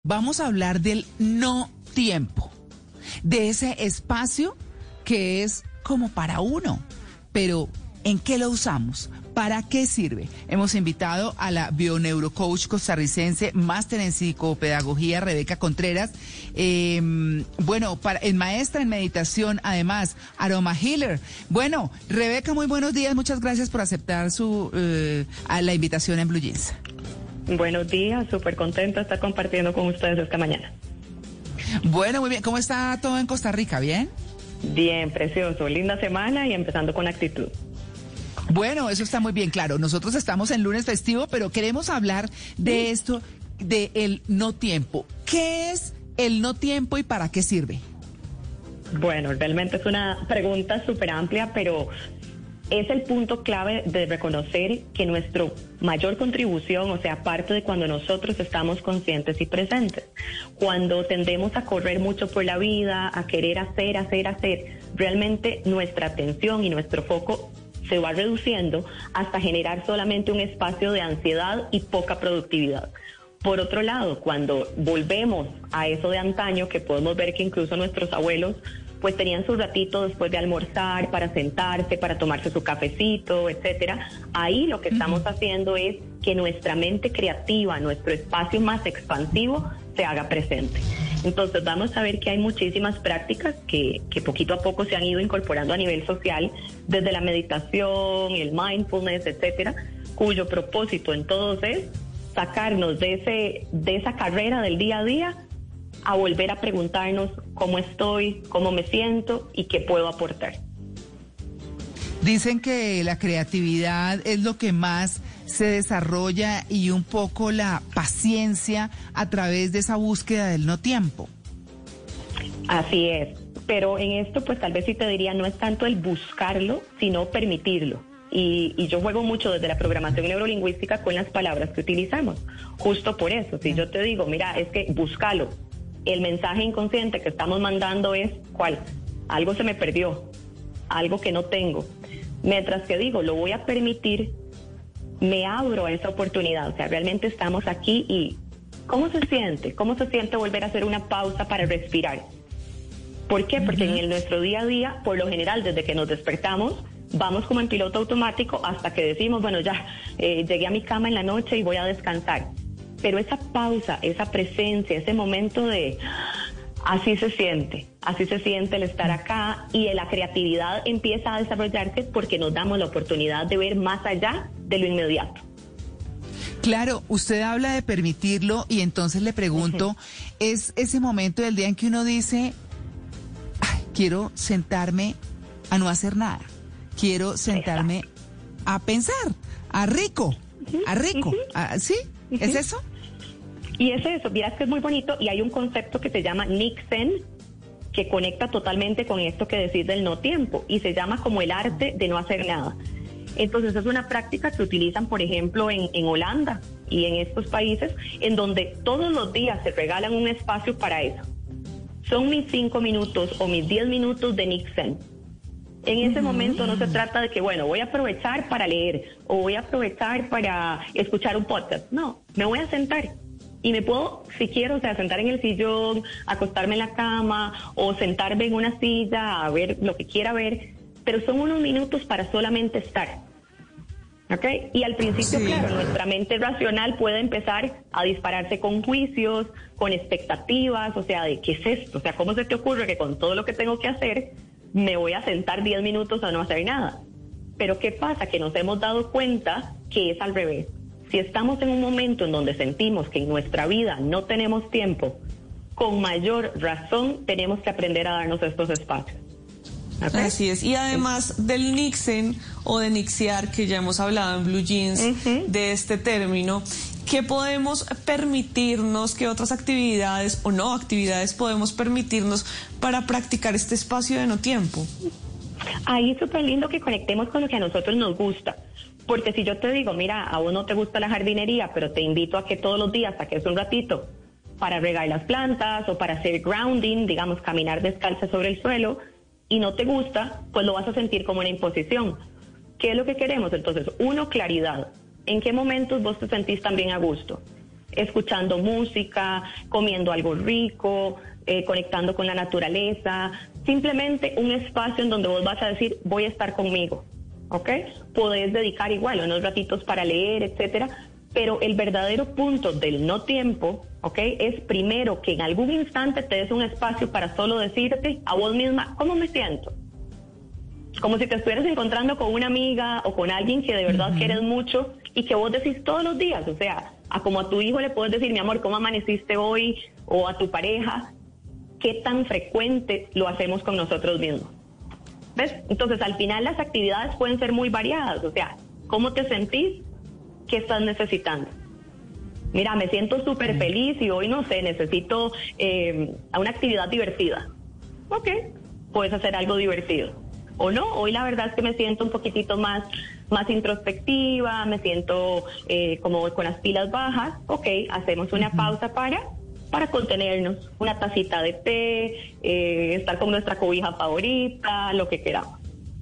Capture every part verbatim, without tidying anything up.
Vamos a hablar del no tiempo, de ese espacio que es como para uno, pero ¿en qué lo usamos? ¿Para qué sirve? Hemos invitado a la bioneurocoach costarricense, máster en psicopedagogía, Rebeca Contreras, eh, bueno, para, en maestra en meditación, además, aroma healer. Bueno, Rebeca, muy buenos días, muchas gracias por aceptar su eh, a la invitación en Blue Jeans. Buenos días, súper contenta de estar compartiendo con ustedes esta mañana. Bueno, muy bien. ¿Cómo está todo en Costa Rica? ¿Bien? Bien, precioso. Linda semana y empezando con actitud. Bueno, eso está muy bien, claro. Nosotros estamos en lunes festivo, pero queremos hablar de esto, de el no tiempo. ¿Qué es el no tiempo y para qué sirve? Bueno, realmente es una pregunta súper amplia, pero es el punto clave de reconocer que nuestra mayor contribución, o sea, parte de cuando nosotros estamos conscientes y presentes. Cuando tendemos a correr mucho por la vida, a querer hacer, hacer, hacer, realmente nuestra atención y nuestro foco se va reduciendo hasta generar solamente un espacio de ansiedad y poca productividad. Por otro lado, cuando volvemos a eso de antaño, que podemos ver que incluso nuestros abuelos pues tenían su ratito después de almorzar para sentarse, para tomarse su cafecito, etcétera. Ahí lo que estamos haciendo es que nuestra mente creativa, nuestro espacio más expansivo, se haga presente. Entonces vamos a ver que hay muchísimas prácticas que, que poquito a poco se han ido incorporando a nivel social, desde la meditación, el mindfulness, etcétera, cuyo propósito en todos es sacarnos de ese, de esa carrera del día a día, a volver a preguntarnos cómo estoy, cómo me siento y qué puedo aportar. Dicen que la creatividad es lo que más se desarrolla y un poco la paciencia a través de esa búsqueda del no tiempo. Así es, pero en esto pues tal vez sí te diría, no es tanto el buscarlo, sino permitirlo. Y, y yo juego mucho desde la programación neurolingüística con las palabras que utilizamos, justo por eso. Si yo te digo, mira, es que búscalo, el mensaje inconsciente que estamos mandando es, ¿cuál? Algo se me perdió, algo que no tengo. Mientras que digo, lo voy a permitir, me abro a esa oportunidad. O sea, realmente estamos aquí y ¿cómo se siente? ¿Cómo se siente volver a hacer una pausa para respirar? ¿Por qué? Porque uh-huh. en el, nuestro día a día, por lo general, desde que nos despertamos, vamos como en piloto automático hasta que decimos, bueno, ya eh, llegué a mi cama en la noche y voy a descansar. Pero esa pausa, esa presencia, ese momento de así se siente, así se siente el estar acá y la creatividad empieza a desarrollarse porque nos damos la oportunidad de ver más allá de lo inmediato. Claro, usted habla de permitirlo y entonces le pregunto, uh-huh. ¿es ese momento del día en que uno dice, ay, quiero sentarme a no hacer nada, quiero sentarme Exacto. a pensar, a rico, uh-huh. a rico, uh-huh. a, ¿sí? Uh-huh. ¿Es eso? Y es eso, miras que es muy bonito y hay un concepto que se llama Niksen que conecta totalmente con esto que decís del no tiempo y se llama como el arte de no hacer nada. Entonces es una práctica que utilizan, por ejemplo, en, en Holanda y en estos países en donde todos los días se regalan un espacio para eso. Son mis cinco minutos o mis diez minutos de Niksen. En ese uh-huh. momento no se trata de que, bueno, voy a aprovechar para leer o voy a aprovechar para escuchar un podcast. No, me voy a sentar. Y me puedo, si quiero, o sea, sentar en el sillón, acostarme en la cama o sentarme en una silla a ver lo que quiera ver, pero son unos minutos para solamente estar. ¿Ok? Y al principio, sí. claro, nuestra mente racional puede empezar a dispararse con juicios, con expectativas, o sea, de ¿qué es esto? O sea, ¿cómo se te ocurre que con todo lo que tengo que hacer me voy a sentar diez minutos a no hacer nada? Pero ¿qué pasa? Que nos hemos dado cuenta que es al revés. Si estamos en un momento en donde sentimos que en nuestra vida no tenemos tiempo, con mayor razón tenemos que aprender a darnos estos espacios. ¿Okay? Así es. Y además es... del Niksen o de Nixiar, que ya hemos hablado en Blue Jeans, uh-huh. de este término, ¿qué podemos permitirnos, qué otras actividades o no actividades podemos permitirnos para practicar este espacio de no tiempo? Ahí es súper lindo que conectemos con lo que a nosotros nos gusta. Porque si yo te digo, mira, a vos no te gusta la jardinería, pero te invito a que todos los días saques un ratito para regar las plantas o para hacer grounding, digamos, caminar descalza sobre el suelo, y no te gusta, pues lo vas a sentir como una imposición. ¿Qué es lo que queremos? Entonces, uno, claridad. ¿En qué momentos vos te sentís también a gusto? escuchando música, comiendo algo rico, eh, conectando con la naturaleza, simplemente un espacio en donde vos vas a decir, voy a estar conmigo, ¿ok? Podés dedicar igual unos ratitos para leer, etcétera, pero el verdadero punto del no tiempo, ¿ok? Es primero que en algún instante te des un espacio para solo decirte a vos misma, ¿cómo me siento? Como si te estuvieras encontrando con una amiga o con alguien que de verdad uh-huh. quieres mucho y que vos decís todos los días, o sea, a como a tu hijo le puedes decir, mi amor, ¿cómo amaneciste hoy? O a tu pareja, ¿qué tan frecuente lo hacemos con nosotros mismos? ¿Ves? Entonces, al final las actividades pueden ser muy variadas, o sea, ¿cómo te sentís? ¿Qué estás necesitando? Mira, me siento súper feliz y hoy, no sé, necesito eh, una actividad divertida. Ok, puedes hacer algo divertido. O no, hoy la verdad es que me siento un poquitito más, más introspectiva, me siento eh, como con las pilas bajas. Ok, hacemos una uh-huh. pausa para, para contenernos, una tacita de té, eh, estar con nuestra cobija favorita, lo que queramos.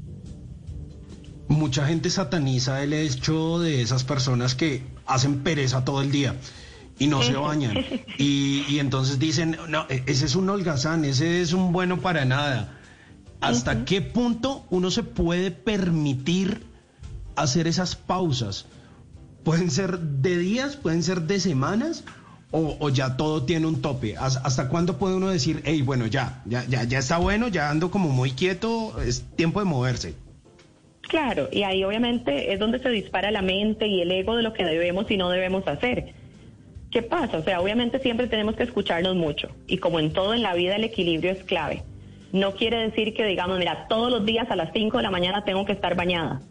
Mucha gente sataniza el hecho de esas personas que hacen pereza todo el día y no se bañan. Y, y entonces dicen, no, ese es un holgazán, ese es un bueno para nada. ¿Hasta uh-huh. qué punto uno se puede permitir hacer esas pausas? ¿Pueden ser de días? ¿Pueden ser de semanas? ¿O, o ya todo tiene un tope? ¿Hasta cuándo puede uno decir, hey, bueno, ya, ya, ya, ya está bueno, ya ando como muy quieto, es tiempo de moverse? Claro, y ahí obviamente es donde se dispara la mente y el ego de lo que debemos y no debemos hacer. ¿Qué pasa? O sea, obviamente siempre tenemos que escucharnos mucho, y como en todo en la vida el equilibrio es clave. No quiere decir que digamos, mira, todos los días a las cinco de la mañana tengo que estar bañada.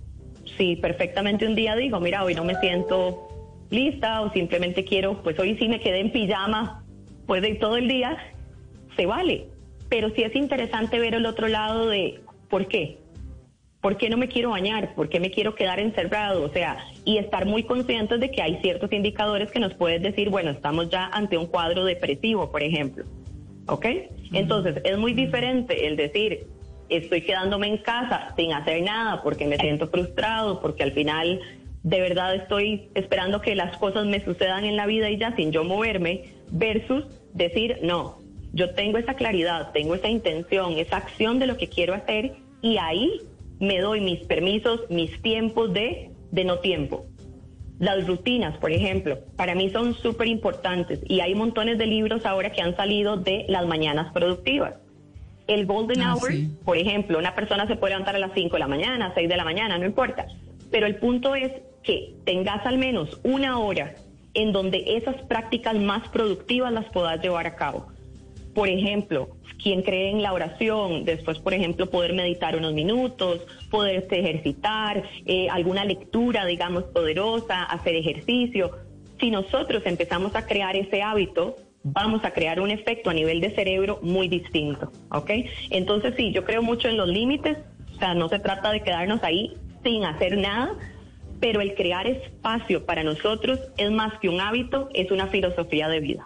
Si perfectamente un día digo, mira, hoy no me siento lista o simplemente quiero, pues hoy sí me quedé en pijama, pues de todo el día, se vale. Pero sí es interesante ver el otro lado de, ¿por qué? ¿Por qué no me quiero bañar? ¿Por qué me quiero quedar encerrado? O sea, y estar muy conscientes de que hay ciertos indicadores que nos pueden decir, bueno, estamos ya ante un cuadro depresivo, por ejemplo. ¿Ok? Entonces, es muy diferente el decir, estoy quedándome en casa sin hacer nada porque me siento frustrado, porque al final de verdad estoy esperando que las cosas me sucedan en la vida y ya sin yo moverme, versus decir, no, yo tengo esa claridad, tengo esa intención, esa acción de lo que quiero hacer y ahí me doy mis permisos, mis tiempos de, de no tiempo. Las rutinas, por ejemplo, para mí son súper importantes y hay montones de libros ahora que han salido de las mañanas productivas. El golden ah, hour, sí. por ejemplo, una persona se puede levantar a las cinco de la mañana, seis de la mañana, no importa. Pero el punto es que tengas al menos una hora en donde esas prácticas más productivas las puedas llevar a cabo. Por ejemplo, quien cree en la oración, después, por ejemplo, poder meditar unos minutos, poderse ejercitar, eh, alguna lectura, digamos, poderosa, hacer ejercicio. Si nosotros empezamos a crear ese hábito, vamos a crear un efecto a nivel de cerebro muy distinto, ¿ok? Entonces, sí, yo creo mucho en los límites, o sea, no se trata de quedarnos ahí sin hacer nada, pero el crear espacio para nosotros es más que un hábito, es una filosofía de vida.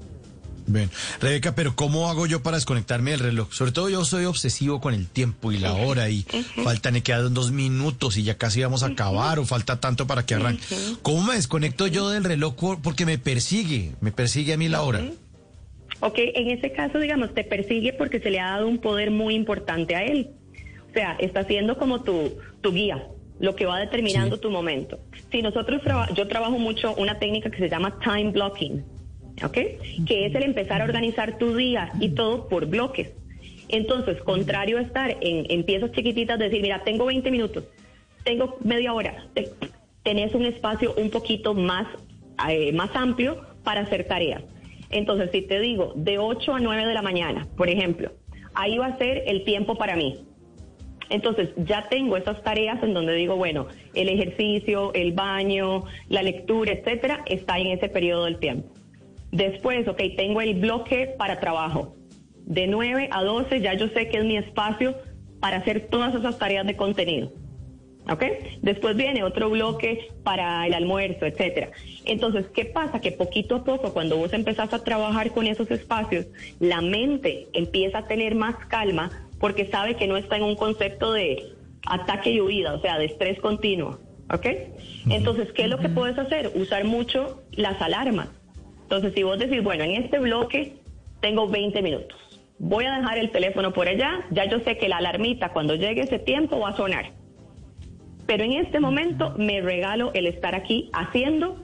Bien, Rebeca, pero ¿cómo hago yo para desconectarme del reloj? Sobre todo yo soy obsesivo con el tiempo y la hora y uh-huh. faltan, me quedan dos minutos y ya casi vamos a acabar uh-huh. o falta tanto para que arranque. Uh-huh. ¿Cómo me desconecto yo del reloj? Porque me persigue, me persigue a mí la hora. Uh-huh. Ok, en ese caso, digamos, te persigue porque se le ha dado un poder muy importante a él. O sea, está siendo como tu, tu guía, lo que va determinando sí. tu momento. Si nosotros, traba- yo trabajo mucho una técnica que se llama time blocking. ¿Ok? Que es el empezar a organizar tu día y todo por bloques. Entonces, contrario a estar en, en piezas chiquititas, decir, mira, tengo veinte minutos, tengo media hora, te, tenés un espacio un poquito más, eh, más amplio para hacer tareas. Entonces, si te digo, de ocho a nueve de la mañana, por ejemplo, ahí va a ser el tiempo para mí. Entonces, ya tengo esas tareas en donde digo, bueno, el ejercicio, el baño, la lectura, etcétera, está en ese periodo del tiempo. Después, ok, tengo el bloque para trabajo. De nueve a doce ya yo sé que es mi espacio para hacer todas esas tareas de contenido. ¿Ok? Después viene otro bloque para el almuerzo, etcétera. Entonces, ¿qué pasa? Que poquito a poco, cuando vos empezás a trabajar con esos espacios, la mente empieza a tener más calma porque sabe que no está en un concepto de ataque y huida, o sea, de estrés continuo. ¿Ok? Entonces, ¿qué es lo que puedes hacer? Usar mucho las alarmas. Entonces, si vos decís, bueno, en este bloque tengo veinte minutos, voy a dejar el teléfono por allá, ya yo sé que la alarmita cuando llegue ese tiempo va a sonar. Pero en este momento me regalo el estar aquí haciendo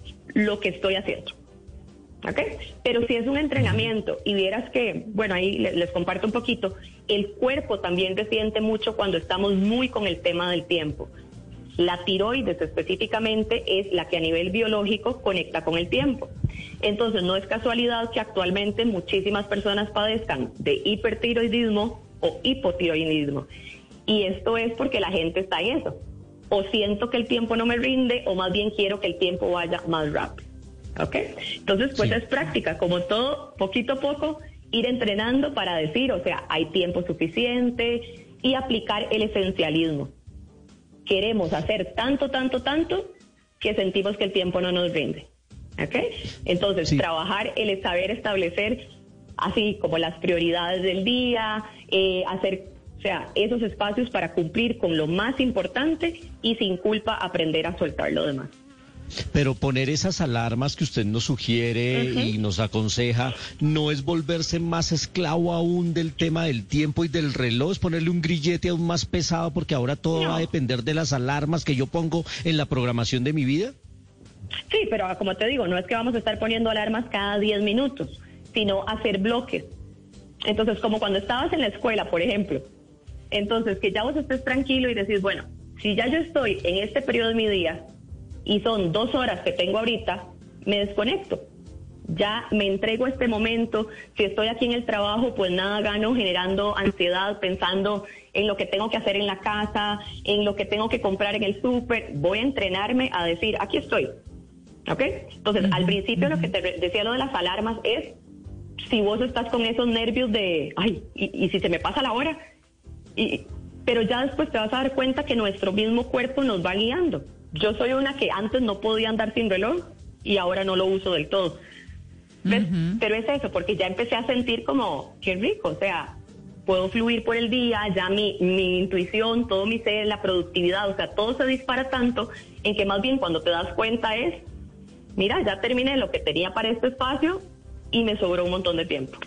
lo que estoy haciendo. ¿Ok? Pero si es un entrenamiento y vieras que, bueno, ahí les, les comparto un poquito, el cuerpo también resiente mucho cuando estamos muy con el tema del tiempo. La tiroides específicamente es la que a nivel biológico conecta con el tiempo. Entonces no es casualidad que actualmente muchísimas personas padezcan de hipertiroidismo o hipotiroidismo. Y esto es porque la gente está en eso. O siento que el tiempo no me rinde, o más bien quiero que el tiempo vaya más rápido. ¿Ok? Entonces, pues sí, es práctica, como todo, poquito a poco, ir entrenando para decir, o sea, hay tiempo suficiente y aplicar el esencialismo. Queremos hacer tanto, tanto, tanto que sentimos que el tiempo no nos rinde. ¿Ok? Entonces, sí, trabajar el saber establecer así como las prioridades del día, eh, hacer, o sea, esos espacios para cumplir con lo más importante y sin culpa aprender a soltar lo demás. Pero poner esas alarmas que usted nos sugiere uh-huh. y nos aconseja, ¿no es volverse más esclavo aún del tema del tiempo y del reloj? ¿Es ponerle un grillete aún más pesado porque ahora todo no. va a depender de las alarmas que yo pongo en la programación de mi vida? Sí, pero como te digo, no es que vamos a estar poniendo alarmas cada diez minutos, sino hacer bloques. Entonces, como cuando estabas en la escuela, por ejemplo, entonces que ya vos estés tranquilo y decís, bueno, si ya yo estoy en este periodo de mi día y son dos horas que tengo ahorita, me desconecto. Ya me entrego este momento. Si estoy aquí en el trabajo, pues nada gano generando ansiedad, pensando en lo que tengo que hacer en la casa, en lo que tengo que comprar en el súper. Voy a entrenarme a decir, aquí estoy. ¿Ok? Entonces, uh-huh, al principio uh-huh. lo que te decía lo de las alarmas es, si vos estás con esos nervios de, ay, y, y si se me pasa la hora, y, pero ya después te vas a dar cuenta que nuestro mismo cuerpo nos va guiando. Yo soy una que antes no podía andar sin reloj y ahora no lo uso del todo. Uh-huh. Pero es eso, porque ya empecé a sentir como, qué rico, o sea, puedo fluir por el día, ya mi, mi intuición, todo mi ser, la productividad, o sea, todo se dispara tanto en que más bien cuando te das cuenta es, mira, ya terminé lo que tenía para este espacio y me sobró un montón de tiempo.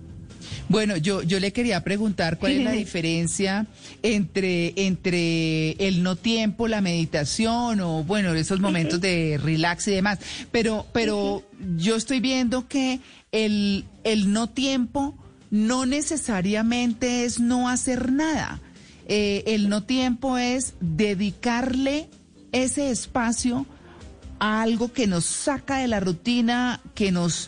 Bueno, yo, yo le quería preguntar cuál es la diferencia entre, entre el no tiempo, la meditación o, bueno, esos momentos de relax y demás. Pero, pero yo estoy viendo que el, el no tiempo no necesariamente es no hacer nada. Eh, el no tiempo es dedicarle ese espacio a algo que nos saca de la rutina, que nos...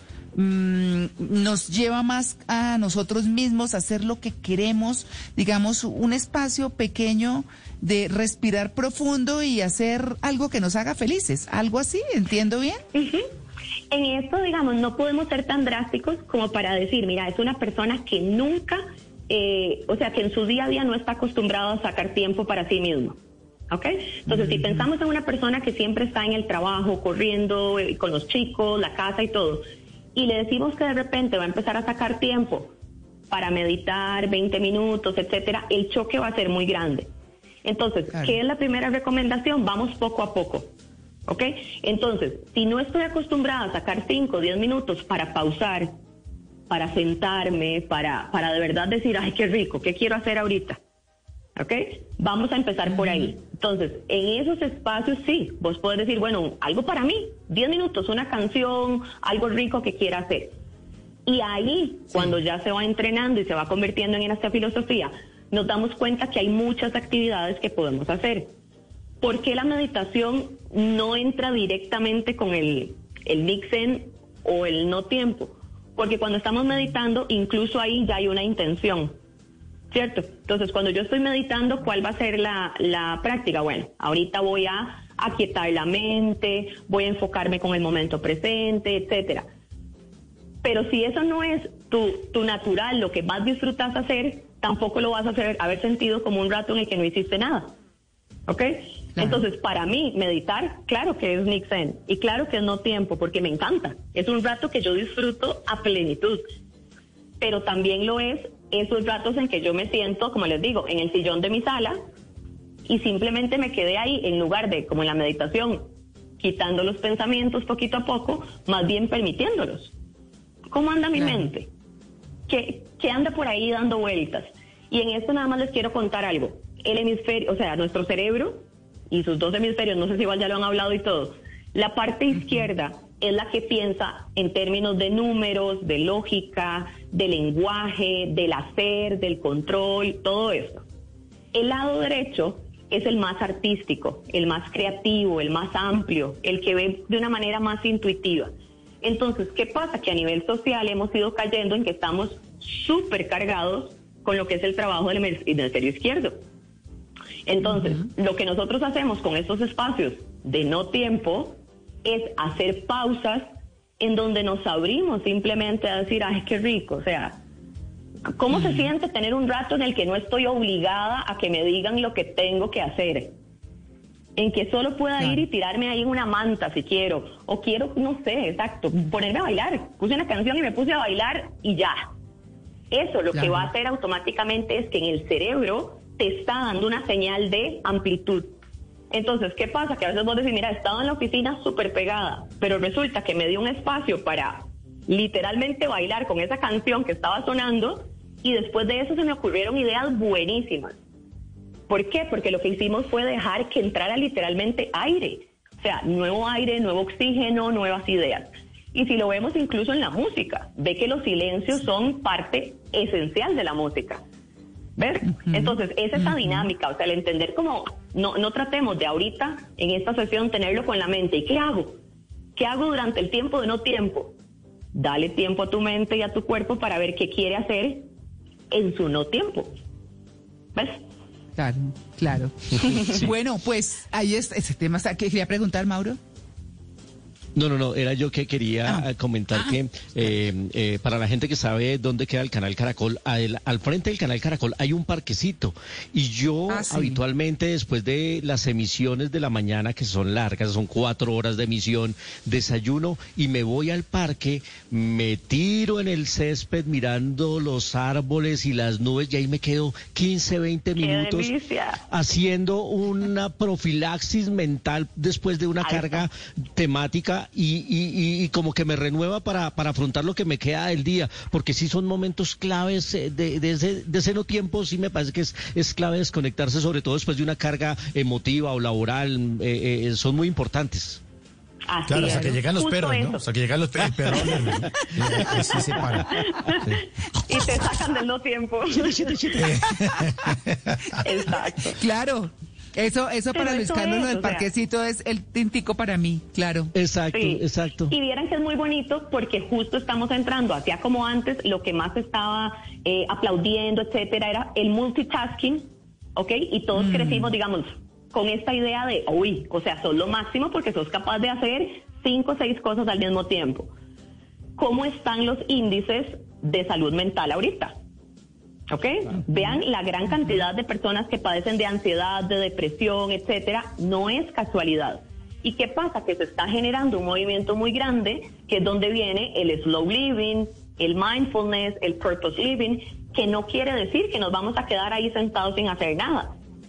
nos lleva más a nosotros mismos a hacer lo que queremos, digamos, un espacio pequeño de respirar profundo y hacer algo que nos haga felices, algo así, ¿entiendo bien? Uh-huh. En esto, digamos, no podemos ser tan drásticos como para decir, mira, es una persona que nunca, eh, o sea, que en su día a día no está acostumbrado a sacar tiempo para sí mismo. ¿Ok? Entonces, uh-huh. si pensamos en una persona que siempre está en el trabajo, corriendo, eh, con los chicos, la casa y todo, y le decimos que de repente va a empezar a sacar tiempo para meditar, veinte minutos, etcétera, el choque va a ser muy grande. Entonces, claro. ¿qué es la primera recomendación? Vamos poco a poco, ¿ok? Entonces, si no estoy acostumbrada a sacar cinco o diez minutos para pausar, para sentarme, para, para de verdad decir, ay, qué rico, ¿qué quiero hacer ahorita? ¿Ok? Vamos a empezar uh-huh. por ahí. Entonces, en esos espacios sí, vos podés decir, bueno, algo para mí, diez minutos, una canción, algo rico que quiera hacer. Y ahí, sí. cuando ya se va entrenando y se va convirtiendo en esta filosofía, nos damos cuenta que hay muchas actividades que podemos hacer. ¿Por qué la meditación no entra directamente con el, el Nixen o el no tiempo? Porque cuando estamos meditando, incluso ahí ya hay una intención. ¿Cierto? Entonces, cuando yo estoy meditando, ¿cuál va a ser la, la práctica? Bueno, ahorita voy a aquietar la mente, voy a enfocarme con el momento presente, etcétera. Pero si eso no es tu, tu natural, lo que más disfrutas hacer, tampoco lo vas a hacer, haber sentido como un rato en el que no hiciste nada. ¿Ok? Claro. Entonces, para mí, meditar, claro que es Nixen y claro que es no tiempo, porque me encanta. Es un rato que yo disfruto a plenitud. Pero también lo es esos ratos en que yo me siento, como les digo, en el sillón de mi sala y simplemente me quedé ahí en lugar de, como en la meditación, quitando los pensamientos poquito a poco, más bien permitiéndolos. ¿Cómo anda mi Claro. mente? ¿Qué, ¿Qué anda por ahí dando vueltas? Y en esto nada más les quiero contar algo. El hemisferio, o sea, nuestro cerebro y sus dos hemisferios, no sé si igual ya lo han hablado y todo, la parte izquierda es la que piensa en términos de números, de lógica, de lenguaje, del hacer, del control, todo esto. El lado derecho es el más artístico, el más creativo, el más amplio, el que ve de una manera más intuitiva. Entonces, ¿qué pasa? Que a nivel social hemos ido cayendo en que estamos súper cargados con lo que es el trabajo del hemisferio izquierdo. Entonces, uh-huh. lo que nosotros hacemos con estos espacios de no tiempo es hacer pausas en donde nos abrimos simplemente a decir, ay, qué rico, o sea, ¿cómo uh-huh. se siente tener un rato en el que no estoy obligada a que me digan lo que tengo que hacer? En que solo pueda claro. ir y tirarme ahí en una manta si quiero, o quiero, no sé, exacto, ponerme a bailar. Puse una canción y me puse a bailar y ya. Eso lo claro. que va a hacer automáticamente es que en el cerebro te está dando una señal de amplitud. Entonces, ¿qué pasa? Que a veces vos decís, mira, estaba en la oficina súper pegada, pero resulta que me dio un espacio para literalmente bailar con esa canción que estaba sonando y después de eso se me ocurrieron ideas buenísimas. ¿Por qué? Porque lo que hicimos fue dejar que entrara literalmente aire. O sea, nuevo aire, nuevo oxígeno, nuevas ideas. Y si lo vemos incluso en la música, ve que los silencios son parte esencial de la música. ¿Ves? Uh-huh. Entonces, es esa uh-huh. dinámica, o sea, el entender como, no, no tratemos de ahorita, en esta sesión, tenerlo con la mente. ¿Y qué hago? ¿Qué hago durante el tiempo de no tiempo? Dale tiempo a tu mente y a tu cuerpo para ver qué quiere hacer en su no tiempo. ¿Ves? Claro, claro. Sí. Bueno, pues ahí es ese tema. ¿Qué quería preguntar, Mauro? No, no, no, era yo que quería ah. comentar ah. que eh, eh, para la gente que sabe dónde queda el Canal Caracol, al, al frente del Canal Caracol hay un parquecito y yo ah, sí. habitualmente después de las emisiones de la mañana, que son largas, son cuatro horas de emisión, desayuno y me voy al parque, me tiro en el césped mirando los árboles y las nubes y ahí me quedo quince, veinte minutos haciendo una profilaxis mental después de una Alta. carga temática. Y, y, y como que me renueva para, para afrontar lo que me queda del día, porque sí son momentos claves de, de, ese, de ese no tiempo, sí me parece que es, es clave desconectarse, sobre todo después de una carga emotiva o laboral, eh, eh, son muy importantes. Así claro, es. hasta que llegan los Justo perros, eso. ¿no? Hasta que llegan los perros, perros ¿no? Sí se para. Sí. Y te sacan del no tiempo. Exacto. Claro. Eso, eso Pero para Luis eso Carlos, es, lo del o sea, parquecito es el tintico para mí, claro. Exacto, sí. exacto. Y vieran que es muy bonito porque justo estamos entrando hacia como antes, lo que más estaba eh, aplaudiendo, etcétera, era el multitasking, ¿ok? Y todos mm. crecimos, digamos, con esta idea de, uy, o sea, sos lo máximo porque sos capaz de hacer cinco o seis cosas al mismo tiempo. ¿Cómo están los índices de salud mental ahorita? ¿Ok? Vean la gran cantidad de personas que padecen de ansiedad, de depresión, etcétera. No es casualidad. ¿Y qué pasa? Que se está generando un movimiento muy grande, que es donde viene el slow living, el mindfulness, el purpose living, que no quiere decir que nos vamos a quedar ahí sentados sin hacer nada.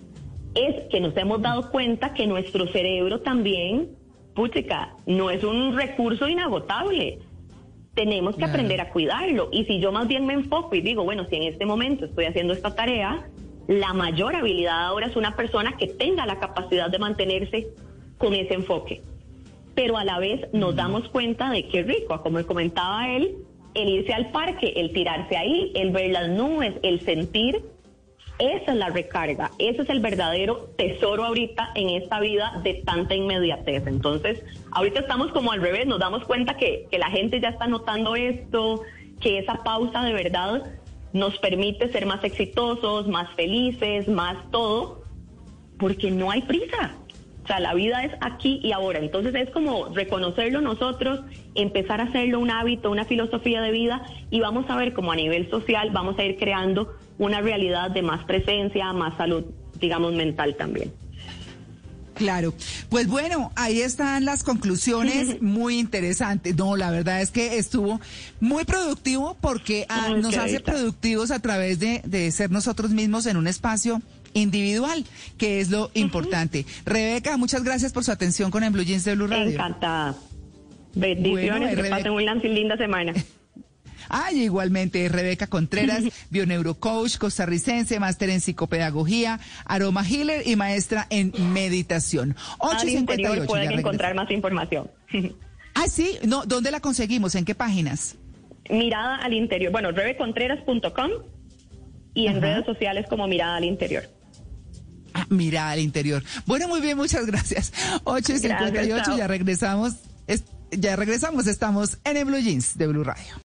Es que nos hemos dado cuenta que nuestro cerebro también, puchica, no es un recurso inagotable. Tenemos que claro. aprender a cuidarlo. Y si yo más bien me enfoco y digo, bueno, si en este momento estoy haciendo esta tarea, la mayor habilidad ahora es una persona que tenga la capacidad de mantenerse con ese enfoque. Pero a la vez nos mm. damos cuenta de qué rico, como comentaba él, el irse al parque, el tirarse ahí, el ver las nubes, el sentir, esa es la recarga, ese es el verdadero tesoro ahorita en esta vida de tanta inmediatez. Entonces, ahorita estamos como al revés, nos damos cuenta que, que la gente ya está notando esto, que esa pausa de verdad nos permite ser más exitosos, más felices, más todo, porque no hay prisa. O sea, la vida es aquí y ahora. Entonces es como reconocerlo nosotros, empezar a hacerlo un hábito, una filosofía de vida, y vamos a ver cómo a nivel social vamos a ir creando una realidad de más presencia, más salud, digamos, mental también. Claro, pues bueno, ahí están las conclusiones muy interesantes. No, la verdad es que estuvo muy productivo porque ah, nos hace productivos a través de, de ser nosotros mismos en un espacio individual, que es lo importante. Uh-huh. Rebeca, muchas gracias por su atención con En Blue Jeans de Blue Radio. Encantada. Bendiciones, bueno, que Rebeca... pasen una linda semana. Ay, igualmente, Rebeca Contreras, bioneurocoach costarricense, máster en psicopedagogía, aroma healer y maestra en meditación. ocho cincuenta y ocho. Pueden encontrar más información. Ah, sí, no, ¿dónde la conseguimos? ¿En qué páginas? Mirada al Interior. Bueno, rebecontreras punto com y en Ajá. redes sociales como Mirada al Interior. Ah, Mirada al Interior. Bueno, muy bien, muchas gracias. ocho cincuenta y ocho, ya regresamos. Es, ya regresamos, estamos en el Blue Jeans de Blue Radio.